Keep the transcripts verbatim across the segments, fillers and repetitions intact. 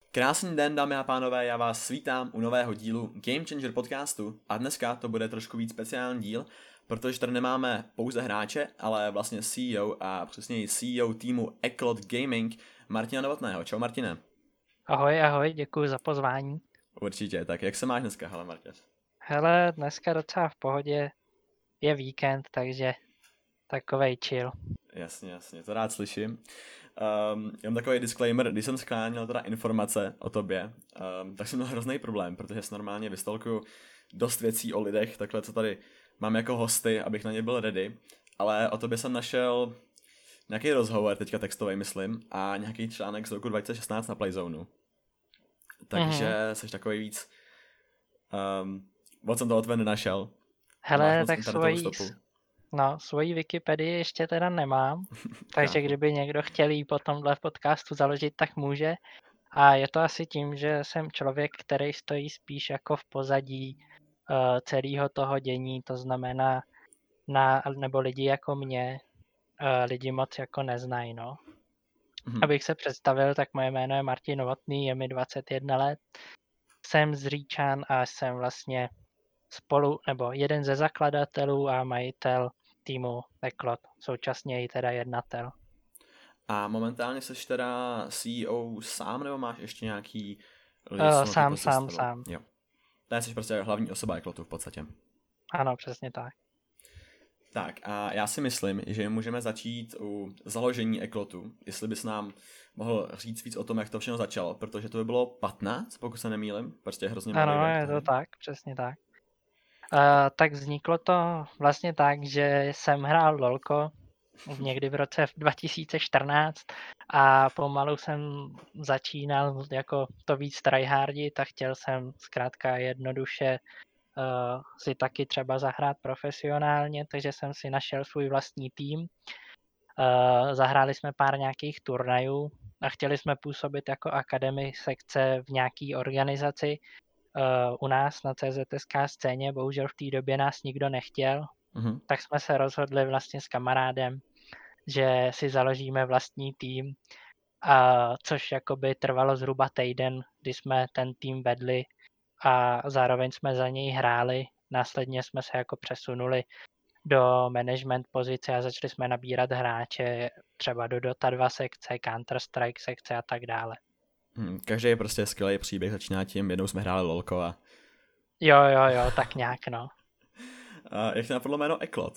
Krásný den, dámy a pánové, já vás vítám u nového dílu Game Changer podcastu a dneska to bude trošku víc speciální díl, protože tady nemáme pouze hráče, ale vlastně C E O a přesněji C E O týmu Eklot Gaming Martina Novotného. Čau Martine. Ahoj, ahoj, děkuji za pozvání. Určitě, tak jak se máš dneska, hele Martin? Hele, dneska docela v pohodě, je víkend, takže takovej chill. Jasně, jasně, to rád slyším. Um, jenom takový disclaimer, když jsem skláněl teda informace o tobě, um, tak jsem měl hrozný problém, protože si normálně vystolkuju dost věcí o lidech, takhle co tady mám jako hosty, abych na ně byl ready, ale o tobě jsem našel nějaký rozhovor, teďka textový myslím, a nějaký článek z roku dva tisíce šestnáct na Playzone. Takže mm-hmm. jsi takový víc, um, moc jsem to od tebe nenašel. Hele, tak svojí, no, svojí Wikipedii ještě teda nemám, takže kdyby někdo chtěl jí po tomhle podcastu založit, tak může. A je to asi tím, že jsem člověk, který stojí spíš jako v pozadí uh, celého toho dění, to znamená, na, nebo lidi jako mě, uh, lidi moc jako neznají, no. Hmm. Abych se představil, tak moje jméno je Martin Novotný, je mi dvacet jedna let, jsem z Říčan a jsem vlastně spolu, nebo jeden ze zakladatelů a majitel týmu Eklot, současně i teda jednatel. A momentálně jsi teda C E O sám, nebo máš ještě nějaký lidi? Uh, sám, sám, sám. Jo. To jsi prostě hlavní osoba Eklotu v podstatě. Ano, přesně tak. Tak a já si myslím, že můžeme začít u založení Eklotu. Jestli bys nám mohl říct víc o tom, jak to všechno začalo, protože to by bylo patnáct, pokud se nemýlim. Prostě hrozně malý. Ano, je to tak, přesně tak. Uh, tak vzniklo to vlastně tak, že jsem hrál lolko někdy v roce dva tisíce čtrnáct a pomalu jsem začínal jako to víc tryhardit a chtěl jsem zkrátka jednoduše uh, si taky třeba zahrát profesionálně, takže jsem si našel svůj vlastní tým. Uh, zahráli jsme pár nějakých turnajů a chtěli jsme působit jako akademie sekce v nějaký organizaci uh, u nás na C Z S K scéně. Bohužel v té době nás nikdo nechtěl, mm-hmm. tak jsme se rozhodli vlastně s kamarádem, že si založíme vlastní tým, a což jakoby trvalo zhruba týden, kdy jsme ten tým vedli a zároveň jsme za něj hráli. Následně jsme se jako přesunuli do management pozice a začali jsme nabírat hráče třeba do Dota dva sekce, Counter-Strike sekce a tak dále. Hmm, každý je prostě skvělý příběh, začíná tím, jednou jsme hráli lolko a... Jo, jo, jo, tak nějak, no. A jak tě napadlo jméno Eklot?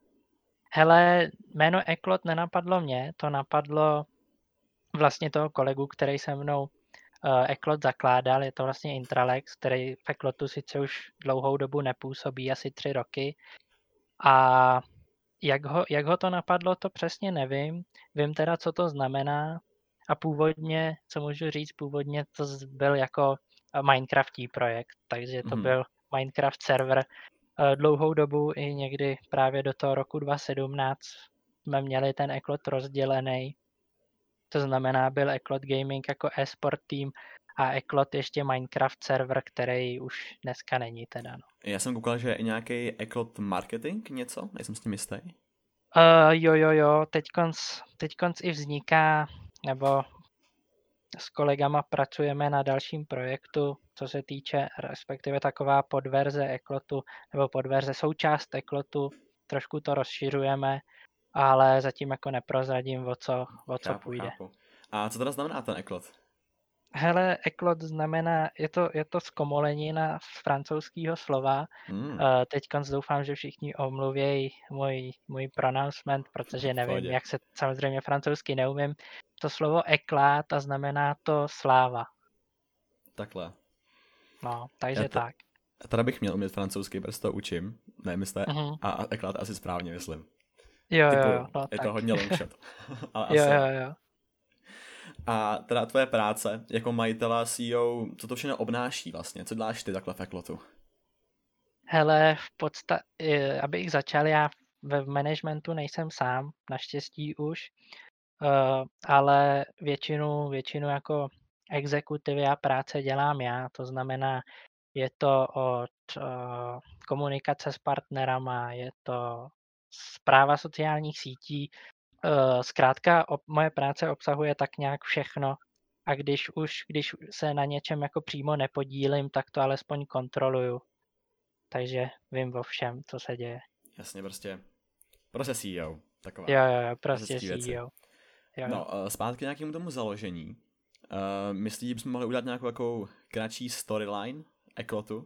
Hele, jméno Eklot nenapadlo mě, to napadlo vlastně toho kolegu, který se mnou uh, Eklot zakládal, je to vlastně Intralex, který v Eklotu sice už dlouhou dobu nepůsobí, asi tři roky. A jak ho, jak ho to napadlo, to přesně nevím. Vím teda, co to znamená. A původně, co můžu říct, původně to byl jako Minecraftí projekt, takže to mm. byl Minecraft server. Dlouhou dobu i někdy právě do toho roku dva tisíce sedmnáct jsme měli ten Eklot rozdělený. To znamená, byl Eklot Gaming jako e-sport tým a Eklot ještě Minecraft server, který už dneska není teda. No. Já jsem koukal, že je i nějaký Eklot marketing něco, nejsem s tím jistý. Uh, jo, jo, jo, teďkonc, teďkonc i vzniká, nebo s kolegama pracujeme na dalším projektu, co se týče, respektive taková podverze Eklotu, nebo podverze součást Eklotu, trošku to rozšiřujeme, ale zatím jako neprozradím, o co, o co chápu, půjde. Chápu. A co teda znamená ten Eklot? Hele, Eklot znamená, je to, je to zkomolenina z francouzského slova. Hmm. Uh, teď doufám, že všichni omluvějí můj, můj pronouncement, protože nevím, Pojde. jak se samozřejmě francouzsky neumím. To slovo éclat a znamená to sláva. Takhle. No, takže ta, tak. Teda bych měl umět francouzsky, protože to učím, nevím jestli, uh-huh. a éclat asi správně myslím. Jo, Typu, jo, no, je tak. to hodně long shot. Ale jo, asi. jo, jo. A teda tvoje práce jako majitela C E O, co to všechno obnáší vlastně? Co děláš ty takhle v Eklotu? Hele, v podstatě, abych začal, já ve managementu nejsem sám, naštěstí už, uh, ale většinu, většinu jako exekutivy a práce dělám já, to znamená, je to od uh, komunikace s partnerama, je to správa sociálních sítí, uh, zkrátka ob, moje práce obsahuje tak nějak všechno, a když už, když se na něčem jako přímo nepodílím, tak to alespoň kontroluju. Takže vím o všem, co se děje. Jasně, prostě, prostě C E O, taková. Jo, jo, jo, prostě klasický věci. C E O. Jo, No, uh, zpátky k nějakému tomu založení. Uh, myslíš, že bychom mohli udělat nějakou jako kratší storyline Eklotu?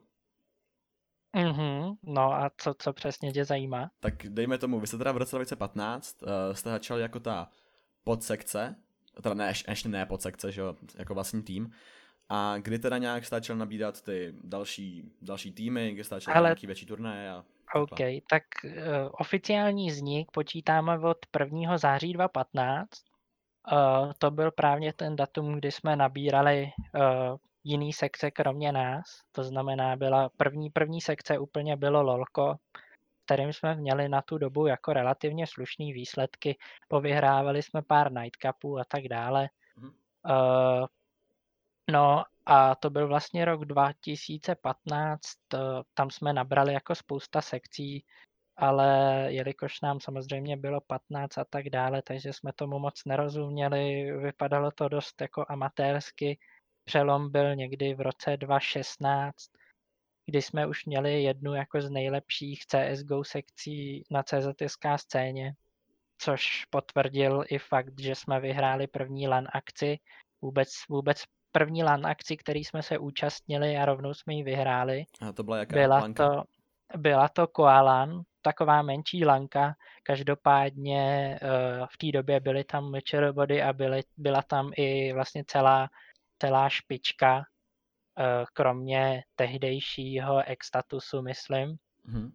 Mhm, no a co, co přesně tě zajímá? Tak dejme tomu, vy jste teda v roce dva tisíce patnáct uh, jste začali jako ta podsekce, teda ne, ještě ne podsekce, že jo, jako vlastní tým. A kdy teda nějak jste začal nabídat ty další, další týmy, kdy jste začal Ale- nějaký větší turnaje a OK, takhle. tak uh, oficiální vznik počítáme od prvního září dva tisíce patnáct. Uh, to byl právě ten datum, kdy jsme nabírali uh, jiný sekce kromě nás. To znamená, byla první, první sekce úplně bylo LOLko, kterým jsme měli na tu dobu jako relativně slušný výsledky. Povyhrávali jsme pár nightcupů a tak dále. Mhm. Uh, no a to byl vlastně rok dva tisíce patnáct, uh, tam jsme nabrali jako spousta sekcí, ale jelikož nám samozřejmě bylo patnáct a tak dále, takže jsme tomu moc nerozuměli, vypadalo to dost jako amatérsky. Přelom byl někdy v roce dva tisíce šestnáct, kdy jsme už měli jednu jako z nejlepších C S G O sekcí na C Z S K scéně, což potvrdil i fakt, že jsme vyhráli první LAN akci, vůbec, vůbec první LAN akci, který jsme se účastnili a rovnou jsme ji vyhráli. A to byla jaká Byla lanka? to, byla to Koalan, taková menší lanka, každopádně uh, v té době byly tam mečer body a byly, byla tam i vlastně celá, celá špička, uh, kromě tehdejšího ex-statusu, myslím. Mhm.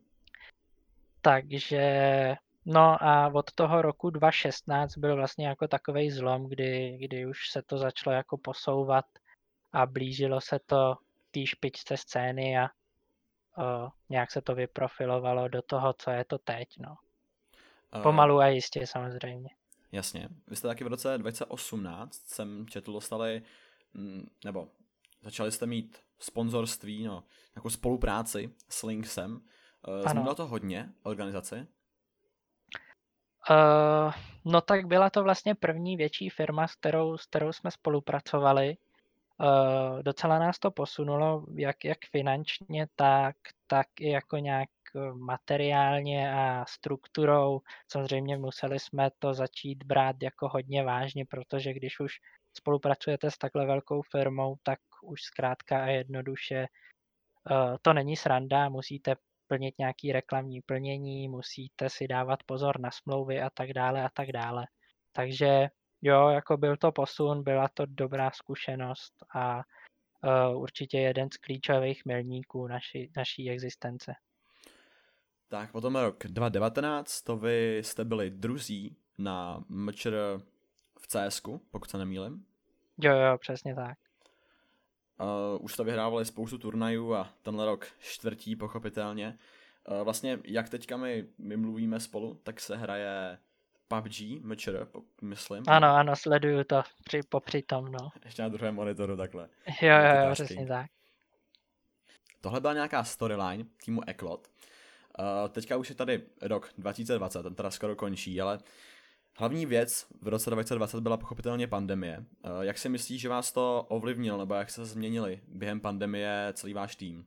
Takže no a od toho roku dva tisíce šestnáct byl vlastně jako takovej zlom, kdy, kdy už se to začalo jako posouvat a blížilo se to té špičce scény a uh, nějak se to vyprofilovalo do toho, co je to teď, no. Uh, Pomalu a jistě samozřejmě. Jasně. Vy jste taky v roce dva tisíce osmnáct, jsem četl, dostali, mm, nebo začali jste mít sponzorství, no, nějakou spolupráci s Lynxem. Uh, Změnilo to hodně organizaci? Uh, no tak byla to vlastně první větší firma, s kterou, s kterou jsme spolupracovali. Uh, docela nás to posunulo, jak, jak finančně, tak, tak i jako nějak materiálně a strukturou. Samozřejmě museli jsme to začít brát jako hodně vážně, protože když už spolupracujete s takhle velkou firmou, tak už zkrátka a jednoduše uh, to není sranda, musíte plnit nějaký reklamní plnění, musíte si dávat pozor na smlouvy a tak dále a tak dále. Takže jo, jako byl to posun, byla to dobrá zkušenost a uh, určitě jeden z klíčových milníků naší, naší existence. Tak potom rok dva tisíce devatenáct, to vy jste byli druzí na M Č R v C S ku, pokud se nemýlim. Jo, jo, přesně tak. Uh, už jste vyhrávali spoustu turnajů a tenhle rok čtvrtí, pochopitelně. Uh, vlastně, jak teďka my, my mluvíme spolu, tak se hraje P U B G, M Č R, myslím. Ano, ano, sleduju to při, popři tom, no. Ještě na druhém monitoru takhle. Jo, jo, jo, přesně tak. Tohle byla nějaká storyline týmu Eklot. Uh, teďka už je tady rok dva tisíce dvacet, ten teda skoro končí, ale hlavní věc v roce dva tisíce dvacet byla pochopitelně pandemie. Uh, jak si myslíš, že vás to ovlivnilo, nebo jak se změnili během pandemie celý váš tým?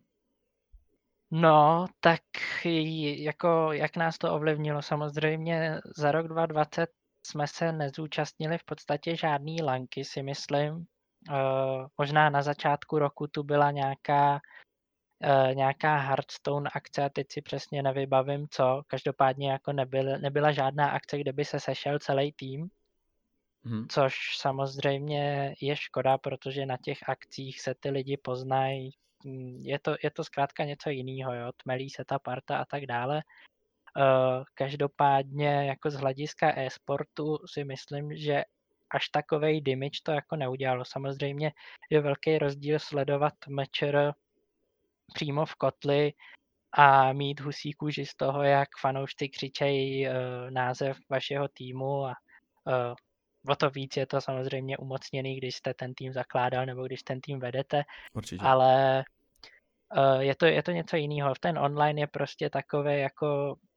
No, tak jako jak nás to ovlivnilo, samozřejmě za rok dva tisíce dvacet jsme se nezúčastnili v podstatě žádný lanky, si myslím. Uh, možná na začátku roku tu byla nějaká Uh, nějaká Hearthstone akce a teď si přesně nevybavím co. Každopádně jako nebyl, nebyla žádná akce, kde by se sešel celý tým, hmm. což samozřejmě je škoda, protože na těch akcích se ty lidi poznají. Je to, je to zkrátka něco jiného, jo? Tmelí se ta parta a tak dále. Uh, každopádně jako z hlediska e-sportu si myslím, že až takovej damage to jako neudělalo. Samozřejmě je velký rozdíl sledovat mečer přímo v kotli a mít husí kůži z toho, jak fanoušci křičejí uh, název vašeho týmu a uh, o to víc je to samozřejmě umocněný, když jste ten tým zakládal nebo když ten tým vedete. Určitě. Ale uh, je, to, je to něco jiného. Ten online je prostě takový jako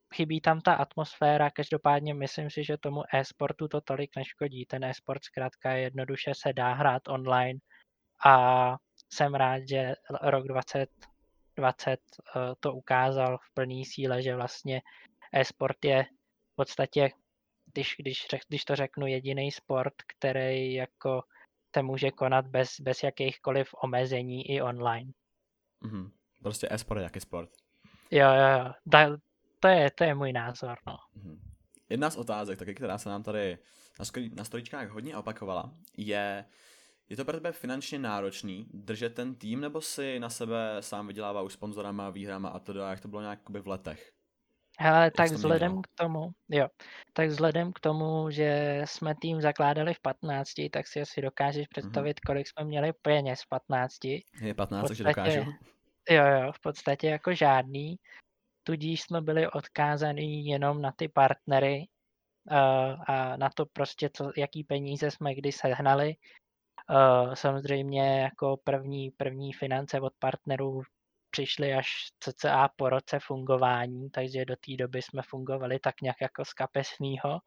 chybí tam ta atmosféra, každopádně myslím si, že tomu e-sportu to tolik neškodí. Ten e-sport zkrátka jednoduše se dá hrát online a jsem rád, že rok dvacet dvacet to ukázal v plné síle, že vlastně e-sport je v podstatě, když, když, když to řeknu, jediný sport, který jako se může konat bez, bez jakýchkoliv omezení i online. Mm-hmm. Prostě e-sport je jaký sport. Jo, jo, jo. Da, to, je, to je můj názor, no. Mm-hmm. Jedna z otázek, taky, která se nám tady na, skori, na storičkách hodně opakovala, je, je to pro tebe finančně náročný držet ten tým, nebo si na sebe sám vydělával už sponzorama, výhrama a to, jak to bylo nějak v letech? Hele, tak vzhledem k tomu, jo, tak vzhledem k tomu, že jsme tým zakládali v patnácti, tak si asi dokážeš představit, mm-hmm. kolik jsme měli peněz v patnácti. Je patnáct, takže dokážu. Jo, jo, v podstatě jako žádný. Tudíž jsme byli odkázaný jenom na ty partnery uh, a na to prostě, co, jaký peníze jsme kdy sehnali. Uh, samozřejmě jako první, první finance od partnerů přišly až cca po roce fungování, takže do té doby jsme fungovali tak nějak jako z kapesnýho.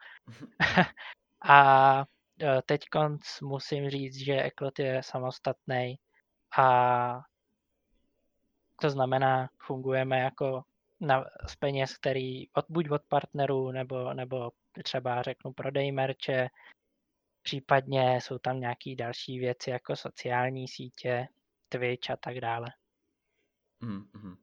A teď musím říct, že Eklot je samostatný a to znamená, fungujeme jako na, z peněz, který od, buď od partnerů, nebo, nebo třeba řeknu prodej merče, případně jsou tam nějaké další věci jako sociální sítě, Twitch a tak dále. Mm-hmm.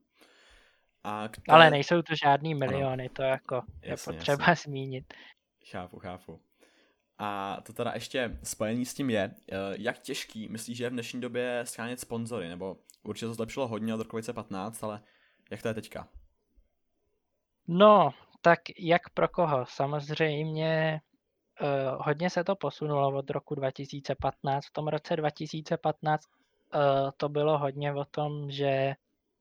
A té... Ale nejsou to žádný miliony, ano. To jako jasně, je potřeba jasně. zmínit. Chápu, chápu. A to teda ještě spojení s tím je, jak těžký myslíš, že je v dnešní době schánět sponzory, nebo určitě to zlepšilo hodně od roku dvacet patnáct, ale jak to je teďka? No, tak jak pro koho? Samozřejmě uh, hodně se to posunulo od roku dva tisíce patnáct. V tom roce dva tisíce patnáct uh, to bylo hodně o tom, že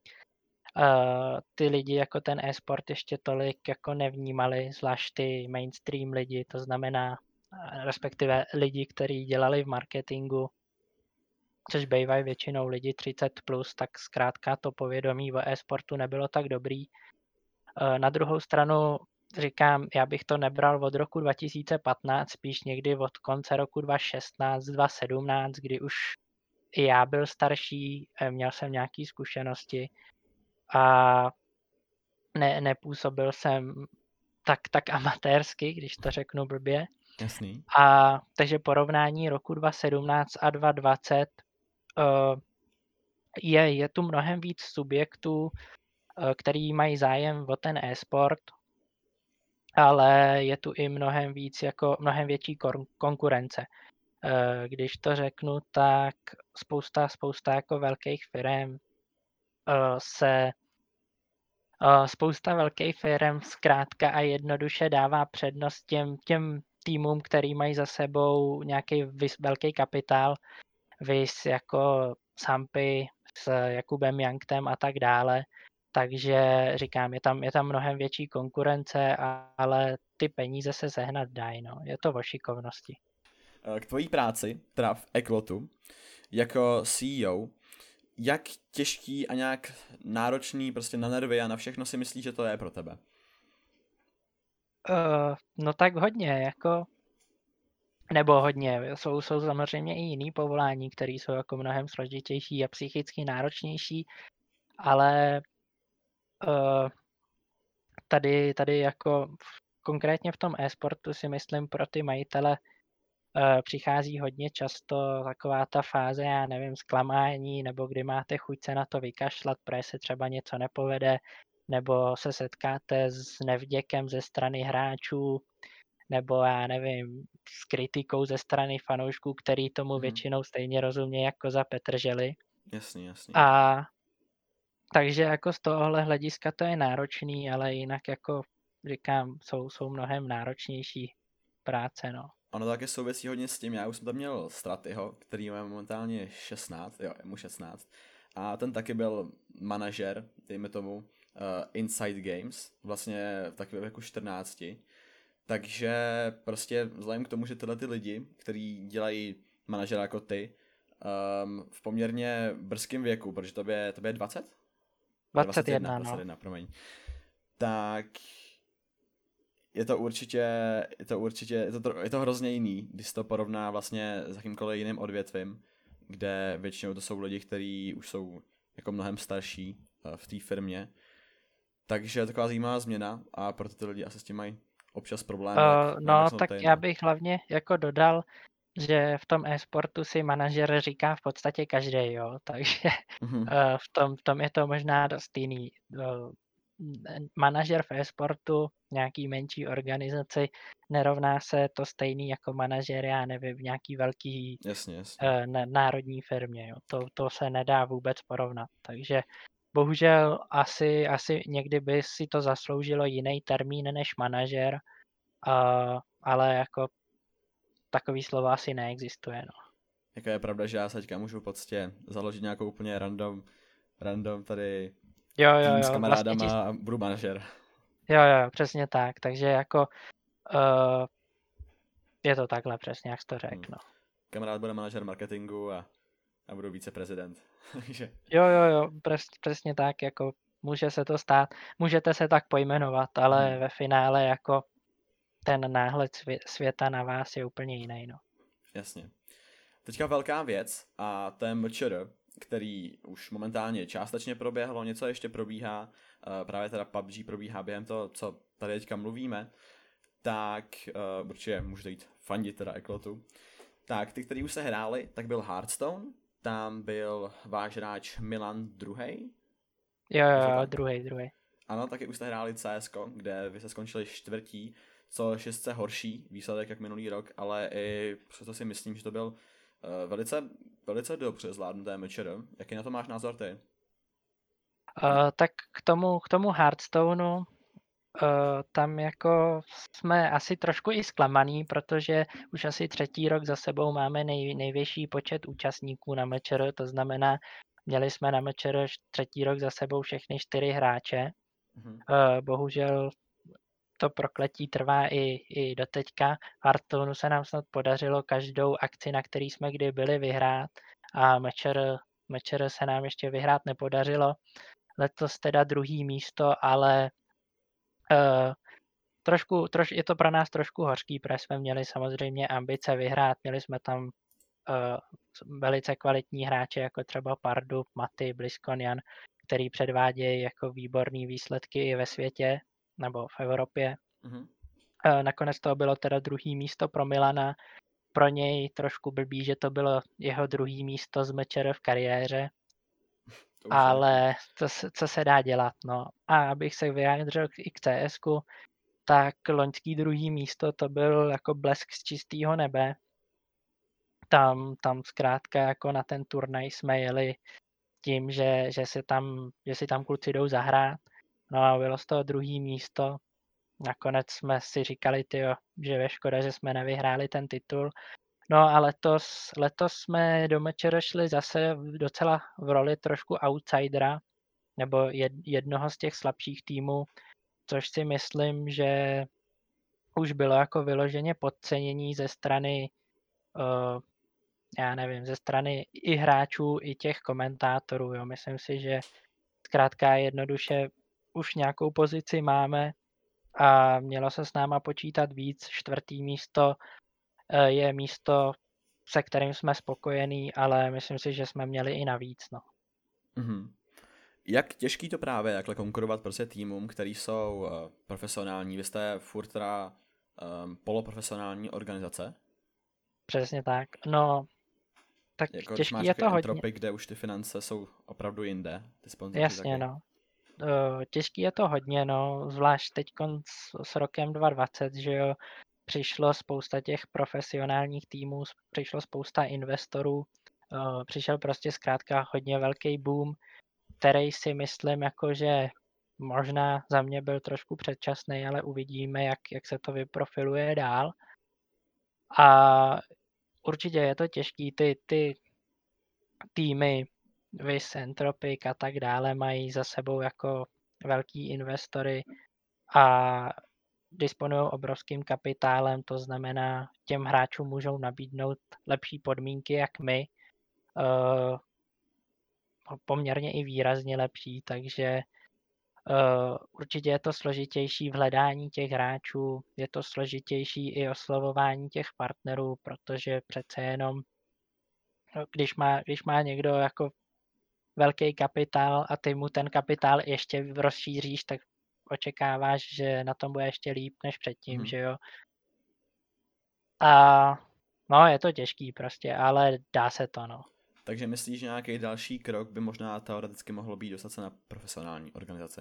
Uh, ty lidi jako ten e-sport ještě tolik jako nevnímali, zvlášť ty mainstream lidi, to znamená respektive lidi, kteří dělali v marketingu, což bývají většinou lidi třicet plus, tak zkrátka to povědomí o e-sportu nebylo tak dobrý. Uh, na druhou stranu říkám, já bych to nebral od roku dva tisíce patnáct, spíš někdy od konce roku dva tisíce šestnáct, dva tisíce sedmnáct, kdy už i já byl starší, měl jsem nějaké zkušenosti a ne, nepůsobil jsem tak, tak amatérsky, když to řeknu blbě. Jasný. A takže porovnání roku dva tisíce sedmnáct a dva tisíce dvacet uh, je, je tu mnohem víc subjektů, uh, který mají zájem o ten e-sport, ale je tu i mnohem víc, jako mnohem větší kon- konkurence. Uh, když to řeknu, tak spousta, spousta jako velkých firm uh, se Spousta velkých firm zkrátka a jednoduše dává přednost těm, těm týmům, který mají za sebou nějaký vys, velký kapitál, vys jako Sampy s Jakubem Janktem a tak dále. Takže říkám, je tam, je tam mnohem větší konkurence, ale ty peníze se sehnat dají. No. Je to o šikovnosti. K tvojí práci, teda v Eklotu, jako C E O, jak těžký a nějak náročný prostě na nervy a na všechno si myslíš, že to je pro tebe? Uh, no tak hodně, jako nebo hodně. Jsou, jsou samozřejmě i jiný povolání, které jsou jako mnohem složitější a psychicky náročnější, ale uh, tady, tady jako konkrétně v tom e-sportu si myslím pro ty majitele uh, přichází hodně často taková ta fáze, já nevím, zklamání, nebo kdy máte chuť se na to vykašlat, protože se třeba něco nepovede, nebo se setkáte s nevděkem ze strany hráčů, nebo já nevím, s kritikou ze strany fanoušků, který tomu hmm. většinou stejně rozumějí jako za Petržely. Jasný, jasný. A takže jako z tohohle hlediska to je náročný, ale jinak jako říkám, jsou, jsou mnohem náročnější práce, no. Ono to také souvisí hodně s tím, já už jsem tam měl Stratyho, který má momentálně šestnáct, jo, je mu šestnáct, a ten taky byl manažer, dejme tomu, uh, Inside Games, vlastně v takovém věku čtrnácti. Takže prostě vzhledem k tomu, že tyhle ty lidi, kteří dělají manažera jako ty, um, v poměrně brzkém věku, protože tobě, tobě je dvacet? dvacet jedna, no. dvacet jedna, promiň. Tak je to určitě, je to určitě, je to, je to hrozně jiný, když to porovná vlastně s jakýmkoliv jiným odvětvím, kde většinou to jsou lidi, kteří už jsou jako mnohem starší v té firmě. Takže je taková zajímavá změna a proto ty lidi asi s tím mají občas problémy. Uh, jak no, tak tady, já no. bych hlavně jako dodal, že v tom e-sportu si manažer říká v podstatě každý, jo, takže Mhm. uh, v, tom, v tom je to možná dost jiný. Uh, manažer v e-sportu, nějaký menší organizaci, nerovná se to stejný jako manažer, já nevím, v nějaký velký Jasně, jasně. uh, n- národní firmě, jo. To, to se nedá vůbec porovnat, takže bohužel asi, asi někdy by si to zasloužilo jiný termín než manažer, uh, ale jako takový slova asi neexistuje, no. Jako je pravda, že já se teďka můžu prostě založit nějakou úplně random, random tady Jo, jo, tým jo, s kamarádama vlastně a budu manažer. Jo, jo, přesně tak, takže jako uh, je to takhle přesně, jak jsi to řekl, Hmm. no. Kamarád bude manažer marketingu a, a budu viceprezident. Takže Jo, jo, jo, přes, přesně tak, jako může se to stát, můžete se tak pojmenovat, ale Hmm. ve finále jako ten náhled svě- světa na vás je úplně jiný, no. Jasně. Teďka velká věc a to je M Č R, který už momentálně částečně proběhlo, něco ještě probíhá, právě teda P U B G probíhá během toho, co tady teďka mluvíme, tak uh, určitě můžete jít fandit teda Eklotu. Tak ty, který už se hráli, tak byl Hearthstone, tam byl váš hráč Milan druhý. Jo, jo, jo, druhý, druhý. Ano, taky už jste hráli C S ko, kde vy se skončili čtvrtí, což je sice horší výsledek jak minulý rok, ale i přesto si myslím, že to byl uh, velice, velice dobře zvládnuté M Č R. Jaký na to máš názor ty? Uh, tak k tomu, k tomu Hearthstoneu, Uh, tam jako jsme asi trošku i zklamaný, protože už asi třetí rok za sebou máme nej, největší počet účastníků na M Č R, to znamená, měli jsme na M Č R třetí rok za sebou všechny čtyři hráče. Mhm. Uh, bohužel to prokletí trvá i, i doteďka. V Hearthstoneu se nám snad podařilo každou akci, na který jsme kdy byli, vyhrát a M Č R, M Č R se nám ještě vyhrát nepodařilo. Letos teda druhý místo, ale Uh, trošku, troš, je to pro nás trošku hořký, protože jsme měli samozřejmě ambice vyhrát, měli jsme tam uh, velice kvalitní hráče, jako třeba Pardu, Maty, Bliskonian, který předvádějí jako výborný výsledky i ve světě, nebo v Evropě. Mhm. Uh, nakonec to bylo teda druhý místo pro Milana, pro něj trošku blbý, že to bylo jeho druhý místo z M Č R v kariéře, ale to, co se dá dělat, no. A abych se vyjádřil i k C S ku, tak loňský druhý místo to byl jako blesk z čistého nebe. Tam, tam zkrátka jako na ten turnaj jsme jeli tím, že, že, si tam, že si tam kluci jdou zahrát. No a bylo z toho druhý místo. Nakonec jsme si říkali, tyjo, že je škoda, že jsme nevyhráli ten titul. No a letos, letos jsme do M Č R šli zase docela v roli trošku outsidera, nebo jednoho z těch slabších týmů, což si myslím, že už bylo jako vyloženě podcenění ze strany, uh, já nevím, ze strany i hráčů, i těch komentátorů. Jo. Myslím si, že zkrátka jednoduše už nějakou pozici máme a mělo se s náma počítat víc. Čtvrtý místo uh, je místo, se kterým jsme spokojení, ale myslím si, že jsme měli i navíc. No. Mm-hmm. Jak těžký to právě takhle konkurovat prostě týmům, který jsou uh, profesionální? Vy jste furt teda um, poloprofesionální organizace? Přesně tak. No, tak jako, těžký je to hodně. Entropy, kde už ty finance jsou opravdu jinde. Ty Jasně, taky. No. Uh, těžký je to hodně, no, zvlášť teď s, s rokem dva tisíce dvacet, že jo, přišlo spousta těch profesionálních týmů, přišlo spousta investorů, uh, přišel prostě zkrátka hodně velký boom, který si myslím, jako, že možná za mě byl trošku předčasný, ale uvidíme, jak, jak se to vyprofiluje dál. A určitě je to těžký, ty, ty týmy, Vis, Entropic a tak dále mají za sebou jako velký investory a disponují obrovským kapitálem, to znamená, těm hráčům můžou nabídnout lepší podmínky, jak my, uh, poměrně i výrazně lepší, takže Uh, určitě je to složitější v hledání těch hráčů, je to složitější i oslovování těch partnerů, protože přece jenom, když má, když má někdo jako velký kapitál a ty mu ten kapitál ještě rozšíříš, tak očekáváš, že na tom bude ještě líp než předtím, Mhm. že jo. A no, je to těžký prostě, ale dá se to, no. Takže myslíš, že nějaký další krok by možná teoreticky mohlo být dostat se na profesionální organizaci?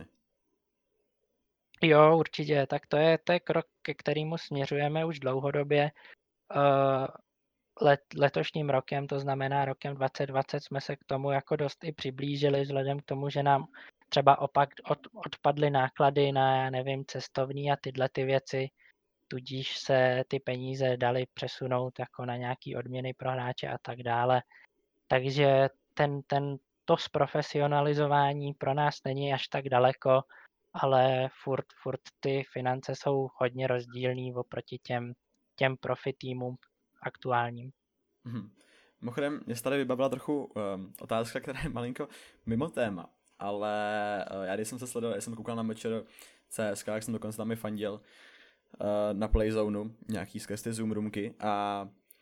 Jo, určitě, tak to je, to je krok, ke kterému směřujeme už dlouhodobě. Uh, let, letošním rokem, to znamená rokem dvacet dvacet, jsme se k tomu jako dost i přiblížili, vzhledem k tomu, že nám třeba opak od, odpadly náklady na, já nevím, cestovní a tyhle ty věci, tudíž se ty peníze daly přesunout jako na nějaký odměny pro hráče a tak dále. Takže ten, ten, to zprofesionalizování pro nás není až tak daleko, ale furt, furt ty finance jsou hodně rozdílný oproti těm, těm profi týmům aktuálním. Mhm. Mimochodem, mě se tady vybavila trochu um, otázka, která je malinko mimo téma, ale uh, já když jsem se sledoval, já jsem koukal na Mečer C S K, jak jsem dokonce tam i fandil uh, na Playzonu, nějaký skrz ty Zoom roomky a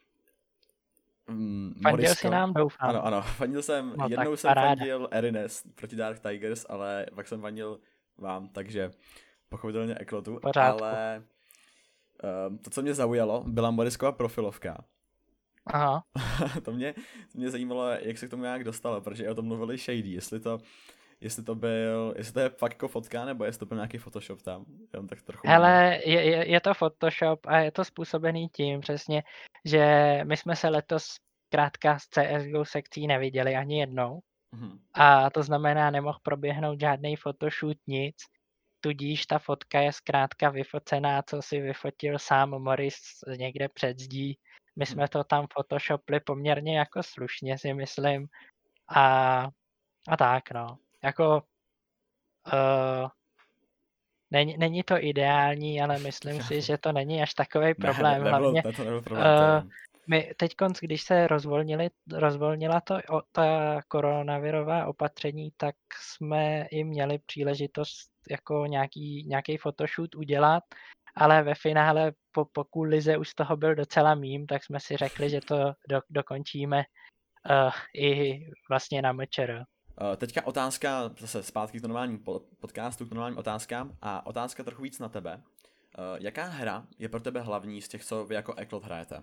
um, Fandil Morisko, si nám, doufám. Ano, ano, fandil jsem, No, jednou tak jsem paráda. fandil Erinest proti Dark Tigers, ale pak jsem fandil vám, takže pochopitelně Eklotu, Pořádku. ale um, to, co mě zaujalo, byla Moriskova profilovka. Aha. to, mě, to mě zajímalo, jak se k tomu nějak dostalo, protože o tom mluvili Shady, jestli to, jestli to byl, jestli to je fakt jako fotka, nebo jestli to byl nějaký Photoshop tam, jenom tak trochu. Hele, je, je, je to Photoshop a je to způsobený tím přesně, že my jsme se letos zkrátka z C S G O sekcí neviděli ani jednou. Mhm. A to znamená, nemohl proběhnout žádný photoshoot, nic. Tudíž ta fotka je zkrátka vyfocená, co si vyfotil sám Morris někde před zdí. My jsme to tam photoshopli poměrně jako slušně, si myslím. A, a tak, no. Jako uh, není, není to ideální, ale myslím si, že to není až takový problém. Ne, nebylo, Hlavně, ne, to nebyl problém. Uh, my teďkonc, když se rozvolnili, rozvolnila to o, ta koronavirová opatření, tak jsme i měli příležitost jako nějaký, nějaký photoshoot udělat, ale ve finále po, po lize už z toho byl docela mím, tak jsme si řekli, že to do, dokončíme uh, i vlastně na M Č R. Uh, teďka otázka, zase zpátky k normálním podcastu, k normálním otázkám a otázka trochu víc na tebe. Uh, jaká hra je pro tebe hlavní z těch, co vy jako Eklot hrajete?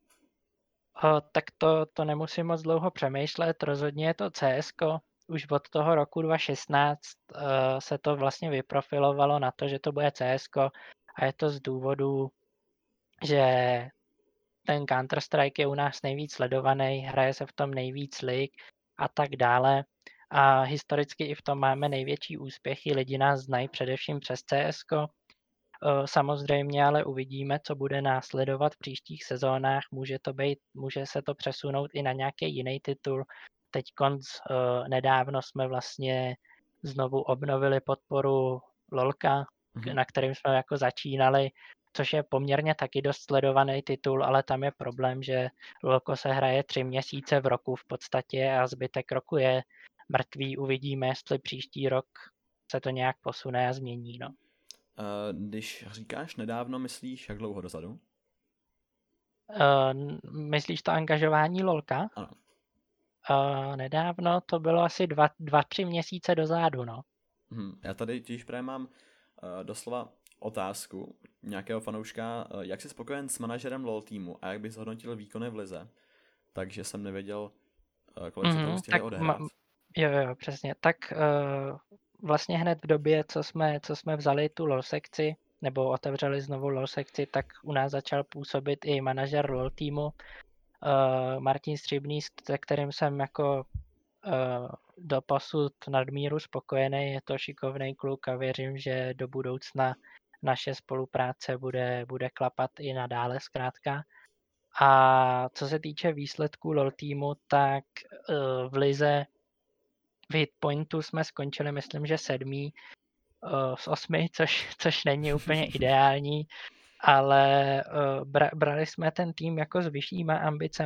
Uh, tak to, to nemusím moc dlouho přemýšlet, rozhodně je to C S ko. Už od toho roku dva tisíce šestnáct uh, se to vlastně vyprofilovalo na to, že to bude C S ko a je to z důvodu, že ten Counter-Strike je u nás nejvíc sledovaný, hraje se v tom nejvíc lig a tak dále. A historicky i v tom máme největší úspěchy, lidi nás znají především přes C S ko. Samozřejmě ale uvidíme, co bude následovat v příštích sezónách. Může, to být, může se to přesunout i na nějaký jiný titul. Teď konc uh, nedávno jsme vlastně znovu obnovili podporu LOLka, mm-hmm. na kterým jsme jako začínali, což je poměrně taky dost sledovaný titul, ale tam je problém, že LOLko se hraje tři měsíce v roku v podstatě a zbytek roku je mrtvý. Uvidíme, jestli příští rok se to nějak posune a změní, no. Uh, když říkáš nedávno, myslíš jak dlouho dozadu? Uh, myslíš to angažování LOLka? Ano. Uh, nedávno to bylo asi dva, dva tři měsíce dozadu, no. Hmm, já tady těž právě mám uh, doslova otázku nějakého fanouška, uh, jak jsi spokojen s manažerem LOL týmu a jak bys hodnotil výkony v lize, takže jsem nevěděl, uh, kolik mm-hmm, se toho stihli odehrát. Ma- jo, jo, přesně. Tak uh, vlastně hned v době, co jsme, co jsme vzali tu LOL sekci, nebo otevřeli znovu LOL sekci, tak u nás začal působit i manažer LOL týmu, uh, Martin Stříbný, se kterým jsem jako uh, doposud nadmíru spokojený, je to šikovný kluk a věřím, že do budoucna naše spolupráce bude, bude klapat i nadále zkrátka. A co se týče výsledků LOL týmu, tak uh, v lize v hitpointu jsme skončili, myslím, že sedmý uh, z osmi, což, což není úplně ideální, ale uh, bra, brali jsme ten tým jako s vyššíma ambicema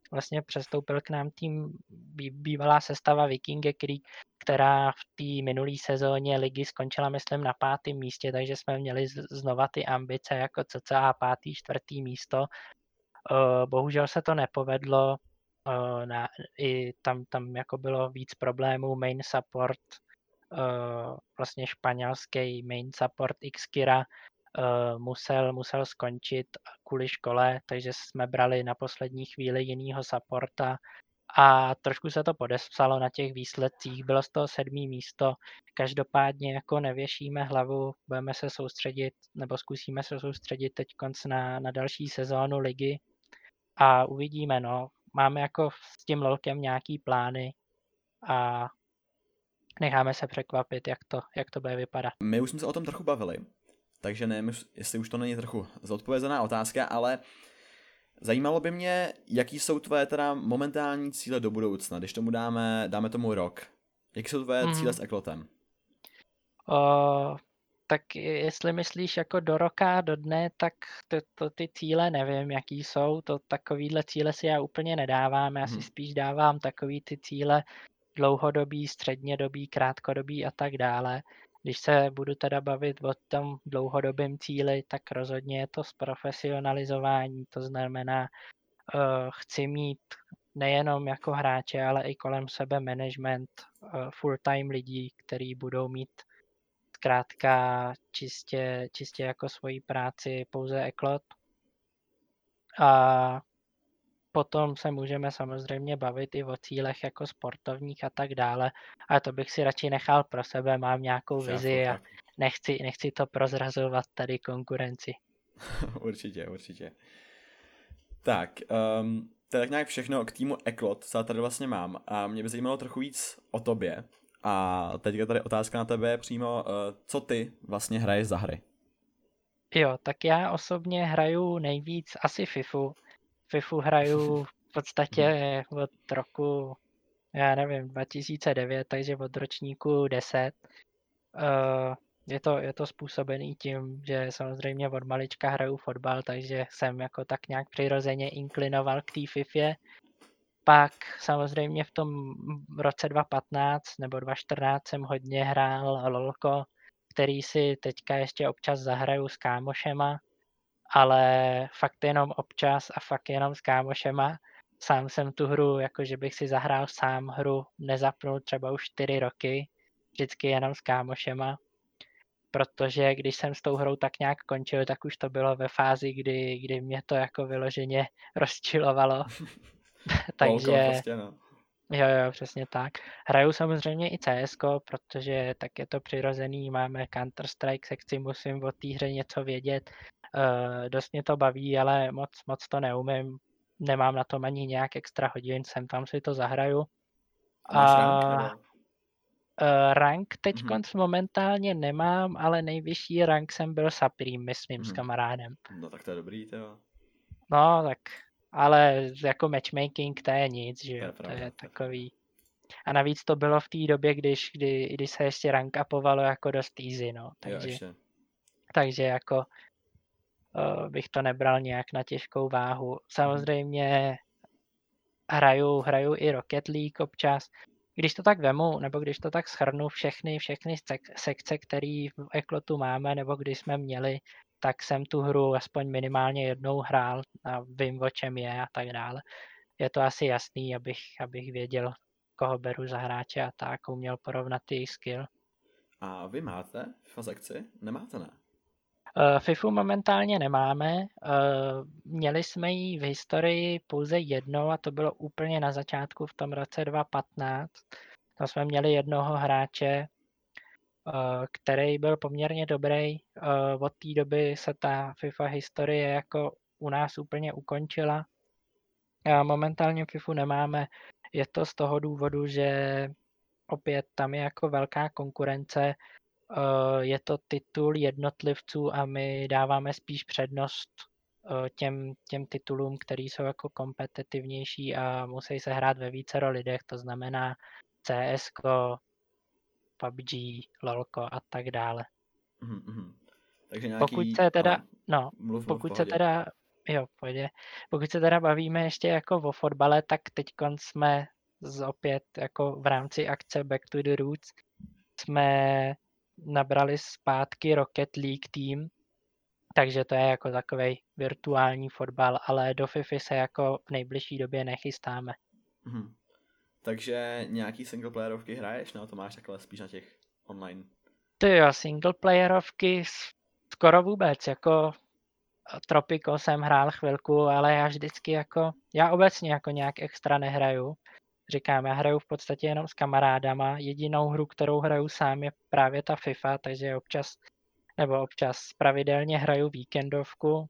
vlastně přestoupil k nám tým bývalá sestava Vikinge, který, která v té minulé sezóně ligy skončila, myslím, na pátém místě, takže jsme měli znova ty ambice jako cca pátý, čtvrtý místo. Bohužel se to nepovedlo, na, i tam, tam jako bylo víc problémů, main support, vlastně španělský main support Xkira musel, musel skončit kvůli škole, takže jsme brali na poslední chvíli jinýho supporta a trošku se to podepsalo na těch výsledcích. Bylo z toho sedmý místo, každopádně jako nevěšíme hlavu, budeme se soustředit, nebo zkusíme se soustředit teď na, na další sezónu ligy a uvidíme, no. Máme jako s tím lolkem nějaký plány a necháme se překvapit, jak to, jak to bude vypadat. My už jsme se o tom trochu bavili, takže nevím, jestli už to není trochu zodpovězená otázka, ale zajímalo by mě, jaký jsou tvoje teda momentální cíle do budoucna, když tomu dáme, dáme tomu rok. Jaký jsou tvoje mm. cíle s Eklotem? O, tak jestli myslíš jako do roka, do dne, tak to, to ty cíle nevím, jaký jsou. To takovýhle cíle si já úplně nedávám. Já si mm. spíš dávám takový ty cíle dlouhodobý, střednědobý, krátkodobý a tak dále. Když se budu teda bavit o tom dlouhodobém cíli, tak rozhodně je to zprofesionalizování. To znamená, uh, chci mít nejenom jako hráče, ale i kolem sebe management uh, full-time lidí, kteří budou mít zkrátka čistě, čistě jako svoji práci pouze Eklot. A potom se můžeme samozřejmě bavit i o cílech jako sportovních a tak dále, ale to bych si radši nechal pro sebe, mám nějakou vizi a nechci, nechci to prozrazovat tady konkurenci. Určitě, určitě. Tak, um, to je tak nějak všechno k týmu Eklot, co tady vlastně mám a mě by zajímalo trochu víc o tobě a teďka tady otázka na tebe přímo, uh, co ty vlastně hraješ za hry? Jo, tak já osobně hraju nejvíc asi FIFU. FIFU hraju v podstatě od roku, já nevím, dva tisíce devět, takže od ročníku deset. Uh, je to, je to způsobený tím, že samozřejmě od malička hraju fotbal, takže jsem jako tak nějak přirozeně inklinoval k té FIFě. Pak samozřejmě v tom roce dva tisíce patnáct nebo dva tisíce čtrnáct jsem hodně hrál lolko, který si teďka ještě občas zahraju s kámošema, ale fakt jenom občas a fakt jenom s kámošema. Sám jsem tu hru, jakože bych si zahrál sám hru, nezapnul třeba už čtyři roky, vždycky jenom s kámošema, protože když jsem s tou hrou tak nějak končil, tak už to bylo ve fázi, kdy, kdy mě to jako vyloženě rozčilovalo. Takže prostě, no. Jo, jo, přesně tak. Hraju samozřejmě i C S ko, protože tak je to přirozený, máme Counter-Strike sekci, musím o té hře něco vědět. Uh, dost mě to baví, ale moc, moc to neumím. Nemám na tom ani nějak extra hodin, sem tam si to zahraju. Máš a rank, nebo? Uh, rank teď mm-hmm. momentálně nemám, ale nejvyšší rank jsem byl Supreme, myslím, mm-hmm. s kamarádem. No tak to je dobrý, to. No, tak, ale jako matchmaking to je nic, že jo, to, to je takový. A navíc to bylo v té době, když, kdy, kdy se ještě rank upovalo jako dost easy, no, takže, jo, takže jako uh, bych to nebral nějak na těžkou váhu. Samozřejmě hraju, hraju i Rocket League občas. Když to tak vemu, nebo když to tak shrnu všechny, všechny sekce, které v Eklotu máme, nebo když jsme měli, tak jsem tu hru aspoň minimálně jednou hrál a vím, o čem je a tak dále. Je to asi jasný, abych, abych věděl, koho beru za hráče a tak, uměl porovnat ty skill. A vy máte FIFA sekci? Nemáte, ne? Uh, FIFU momentálně nemáme. Uh, měli jsme ji v historii pouze jednou a to bylo úplně na začátku v tom roce dva tisíce patnáct. Tam jsme měli jednoho hráče, uh, který byl poměrně dobrý. Uh, od té doby se ta FIFA historie jako u nás úplně ukončila. A momentálně FIFU nemáme. Je to z toho důvodu, že opět tam je jako velká konkurence. Je to titul jednotlivců a my dáváme spíš přednost těm, těm titulům, které jsou jako kompetitivnější a musí se hrát ve vícero lidech, to znamená C S ko, P U B G, LOLko a tak dále. Mm-hmm. Takže nějaký... Pokud se teda, no, pokud se teda Jo, pojde. Pokud se teda bavíme ještě jako o fotbale, tak teď jsme z opět jako v rámci akce Back to the Roots jsme nabrali zpátky Rocket League tým, takže to je jako takovej virtuální fotbal, ale do FIFA se jako v nejbližší době nechystáme. Mhm. Takže nějaký singleplayerovky hraješ, no to máš takhle spíš na těch online? Ty jo, singleplayerovky skoro vůbec, jako Tropico jsem hrál chvilku, ale já vždycky jako, já obecně jako nějak extra nehraju. Říkám, já hraju v podstatě jenom s kamarádama. Jedinou hru, kterou hraju sám, je právě ta FIFA, takže občas, nebo občas pravidelně hraju víkendovku.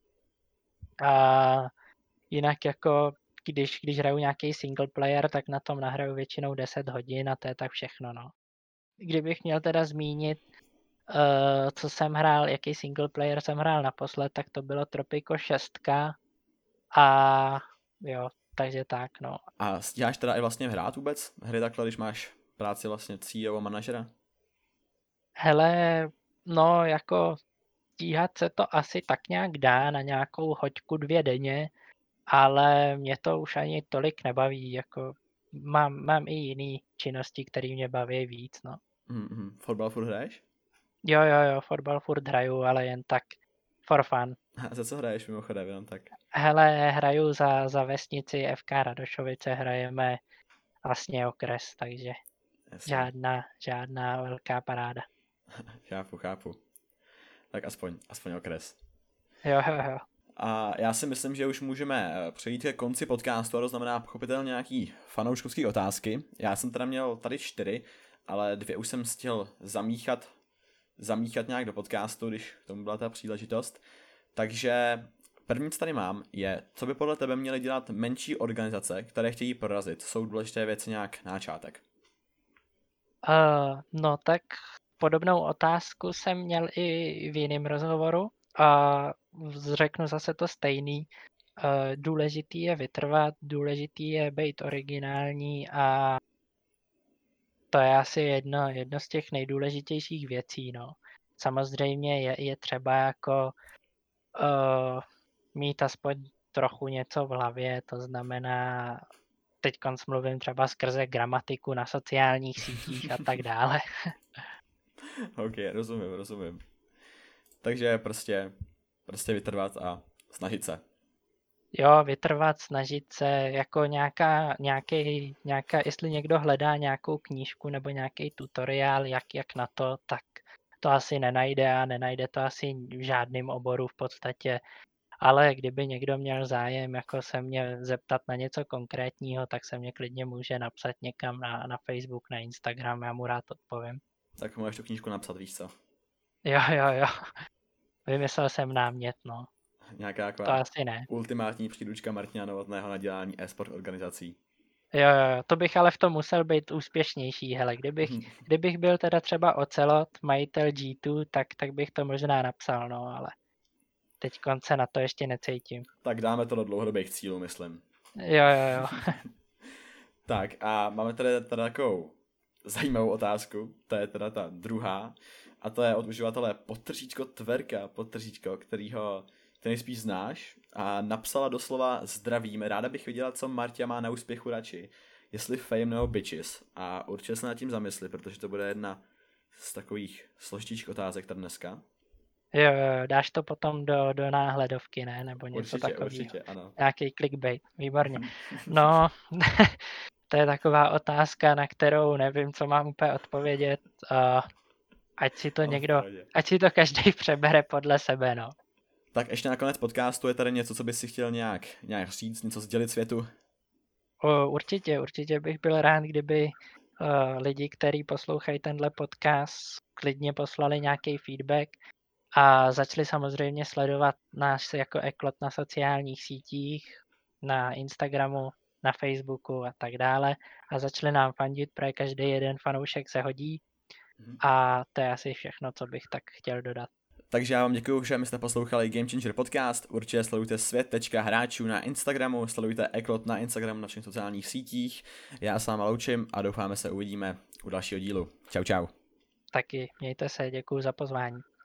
A jinak jako, když, když hraju nějaký single player, tak na tom nahraju většinou deset hodin a to je tak všechno, no. Kdybych měl teda zmínit, uh, co jsem hrál, jaký single player jsem hrál naposled, tak to bylo Tropico šest. A jo, takže tak, no. A stíháš teda i vlastně hrát vůbec hry takhle, když máš práci vlastně C E O a manažera? Hele, no jako stíhat se to asi tak nějak dá na nějakou hoďku dvě denně, ale mě to už ani tolik nebaví, jako mám, mám i jiný činnosti, které mě baví víc, no. Mm-hmm. Fotbal furt hraješ? Jo, jo, jo, fotbal furt hraju, ale jen tak for fun. A za co hraješ mimochodem, jenom tak? Hele, hraju za, za vesnici F K Radošovice, hrajeme vlastně okres, takže Jasně. žádná, žádná velká paráda. Chápu, chápu. Tak aspoň, aspoň okres. Jo, jo, jo. A já si myslím, že už můžeme přejít ke konci podcastu, a to znamená pochopitelně nějaký fanouškovský otázky. Já jsem teda měl tady čtyři, ale dvě už jsem stihl zamíchat, zamíchat nějak do podcastu, když k tomu byla ta příležitost. Takže první, co tady mám, je, co by podle tebe měly dělat menší organizace, které chtějí prorazit. Jsou důležité věci nějak na začátek? Uh, no tak podobnou otázku jsem měl i v jiném rozhovoru a řeknu zase to stejný. Uh, důležitý je vytrvat, důležitý je být originální a to je asi jedno, jedno z těch nejdůležitějších věcí. No. Samozřejmě je, je třeba jako uh, mít aspoň trochu něco v hlavě, to znamená, teď mluvím třeba skrze gramatiku na sociálních sítích a tak dále. Ok, rozumím, rozumím. Takže prostě, prostě vytrvat a snažit se. Jo, vytrvat, snažit se, jako nějaká, nějaký, nějaká, jestli někdo hledá nějakou knížku nebo nějaký tutoriál, jak, jak na to, tak to asi nenajde a nenajde to asi v žádném oboru v podstatě. Ale kdyby někdo měl zájem jako se mě zeptat na něco konkrétního, tak se mě klidně může napsat někam na, na Facebook, na Instagram, já mu rád odpovím. Tak můžeš tu knížku napsat, víš co? Jo, jo, jo. Vymyslel jsem námět, no. Nějaká to asi ne. ultimátní příručka Martina Novotného na dělání e-sport organizací. Jo, jo, to bych ale v tom musel být úspěšnější, hele, kdybych, kdybych byl teda třeba Ocelot, majitel G dva, tak, tak bych to možná napsal, no, ale teď konce na to ještě necítím. Tak dáme to do dlouhodobých cílů, myslím. Jo, jo, jo. Tak a máme tady teda takovou zajímavou otázku, to je teda ta druhá, a to je od uživatele podtržítko Tverka, podtržítko, kterýho ty nejspíš znáš, a napsala doslova zdravím, ráda bych viděla, co Martia má na úspěchu radši, jestli fame nebo bitches, a určitě se nad tím zamysli, protože to bude jedna z takových složitějších otázek tady dneska. Jo, jo, dáš to potom do, do náhledovky, ne? Nebo něco určitě, takového. Určitě, ano. Nějaký clickbait, výborně. No, to je taková otázka, na kterou nevím, co mám úplně odpovědět. Uh, ať si to no, někdo, ať si to každý přebere podle sebe, no. Tak ještě na konec podcastu je tady něco, co bys si chtěl nějak, nějak říct, něco sdělit světu? O, určitě, určitě bych byl rád, kdyby uh, lidi, kteří poslouchají tenhle podcast, klidně poslali nějaký feedback a začali samozřejmě sledovat nás jako Eklot na sociálních sítích, na Instagramu, na Facebooku a tak dále a začali nám fandit, protože každý jeden fanoušek se hodí a to je asi všechno, co bych tak chtěl dodat. Takže já vám děkuji, že jste poslouchali Game Changer podcast. Určitě sledujte svět tečka hráčů na Instagramu, sledujte Eklot na Instagramu, na všech sociálních sítích. Já s váma loučím a doufáme se uvidíme u dalšího dílu. Čau, čau. Taky mějte se, děkuji za pozvání.